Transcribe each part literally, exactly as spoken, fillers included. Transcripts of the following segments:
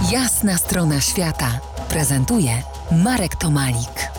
Jasna strona świata prezentuje Marek Tomalik.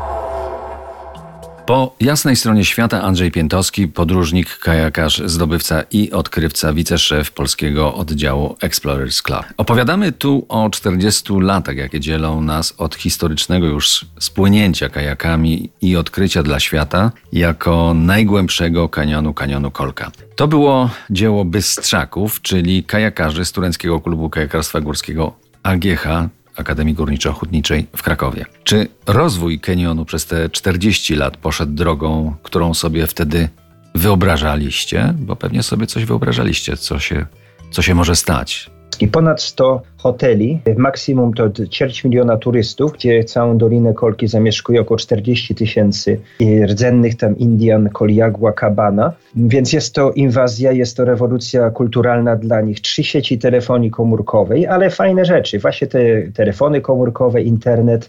Po jasnej stronie świata Andrzej Piętowski, podróżnik, kajakarz, zdobywca i odkrywca, wiceszef polskiego oddziału Explorers Club. Opowiadamy tu o czterdziestu latach, jakie dzielą nas od historycznego już spłynięcia kajakami i odkrycia dla świata jako najgłębszego kanionu, kanionu Kolka. To było dzieło bystrzaków, czyli kajakarzy Studenckiego Klubu Kajakarstwa Górskiego A G H, Akademii Górniczo-Hutniczej w Krakowie. Czy rozwój kanionu przez te czterdzieści lat poszedł drogą, którą sobie wtedy wyobrażaliście? Bo pewnie sobie coś wyobrażaliście, co się, co się może stać. I ponad sto hoteli, maksimum to ćwierć miliona turystów, gdzie całą Dolinę Kolki zamieszkuje około czterdzieści tysięcy rdzennych tam Indian, Koliagua, Cabana. Więc jest to inwazja, jest to rewolucja kulturalna dla nich. Trzy sieci telefonii komórkowej, ale fajne rzeczy. Właśnie te telefony komórkowe, internet,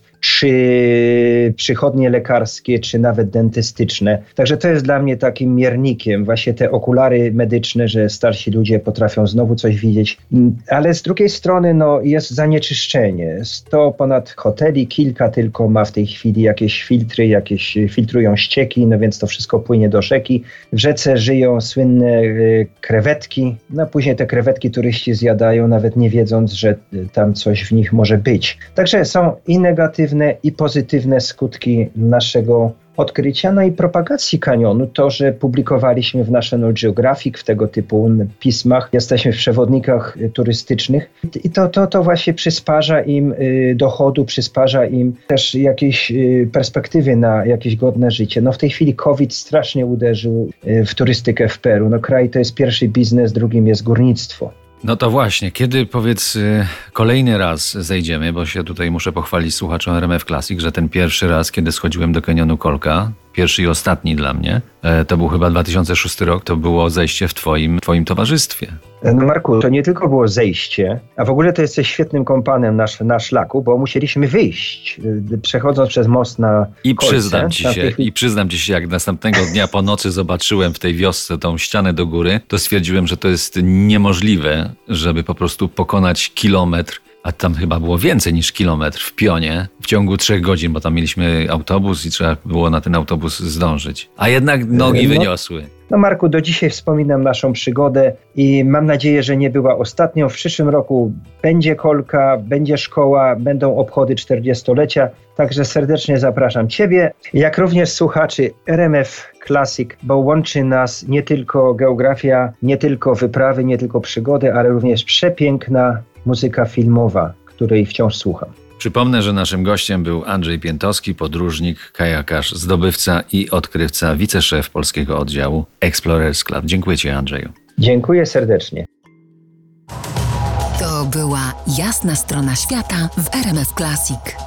czy przychodnie lekarskie, czy nawet dentystyczne. Także to jest dla mnie takim miernikiem. Właśnie te okulary medyczne, że starsi ludzie potrafią znowu coś widzieć. Ale z drugiej strony no, jest zanieczyszczenie. sto ponad hoteli, kilka tylko ma w tej chwili jakieś filtry, jakieś filtrują ścieki, no więc to wszystko płynie do rzeki. W rzece żyją słynne y, krewetki, no później te krewetki turyści zjadają, nawet nie wiedząc, że y, tam coś w nich może być. Także są i negatywne, i pozytywne skutki naszego odkrycia, no i propagacji kanionu, to, że publikowaliśmy w National Geographic, w tego typu pismach, jesteśmy w przewodnikach turystycznych i to, to, to właśnie przysparza im y, dochodu, przysparza im też jakiejś y, perspektywy na jakieś godne życie. No w tej chwili COVID strasznie uderzył y, w turystykę w Peru. No kraj to jest pierwszy biznes, drugim jest górnictwo. No to właśnie, kiedy powiedz kolejny raz zejdziemy, bo się tutaj muszę pochwalić słuchaczom R M F Classic, że ten pierwszy raz, kiedy schodziłem do kanionu Kolka, pierwszy i ostatni dla mnie, to był chyba dwa tysiące szósty rok, to było zejście w twoim, twoim towarzystwie. No Marku, to nie tylko było zejście, a w ogóle to jesteś świetnym kompanem na, na szlaku, bo musieliśmy wyjść, przechodząc przez most na I Kolce. przyznam ci się, tych... i przyznam ci się, jak następnego dnia po nocy zobaczyłem w tej wiosce tą ścianę do góry, to stwierdziłem, że to jest niemożliwe, żeby po prostu pokonać kilometr, a tam chyba było więcej niż kilometr w pionie w ciągu trzech godzin, bo tam mieliśmy autobus i trzeba było na ten autobus zdążyć. A jednak nogi no, wyniosły. No Marku, do dzisiaj wspominam naszą przygodę i mam nadzieję, że nie była ostatnią. W przyszłym roku będzie Kolka, będzie szkoła, będą obchody czterdziestolecia, także serdecznie zapraszam Ciebie, jak również słuchaczy R M F Classic, bo łączy nas nie tylko geografia, nie tylko wyprawy, nie tylko przygody, ale również przepiękna muzyka filmowa, której wciąż słucham. Przypomnę, że naszym gościem był Andrzej Piętowski, podróżnik, kajakarz, zdobywca i odkrywca, wiceszef polskiego oddziału Explorers Club. Dziękuję Ci, Andrzeju. Dziękuję serdecznie. To była Jasna strona świata w R M F Classic.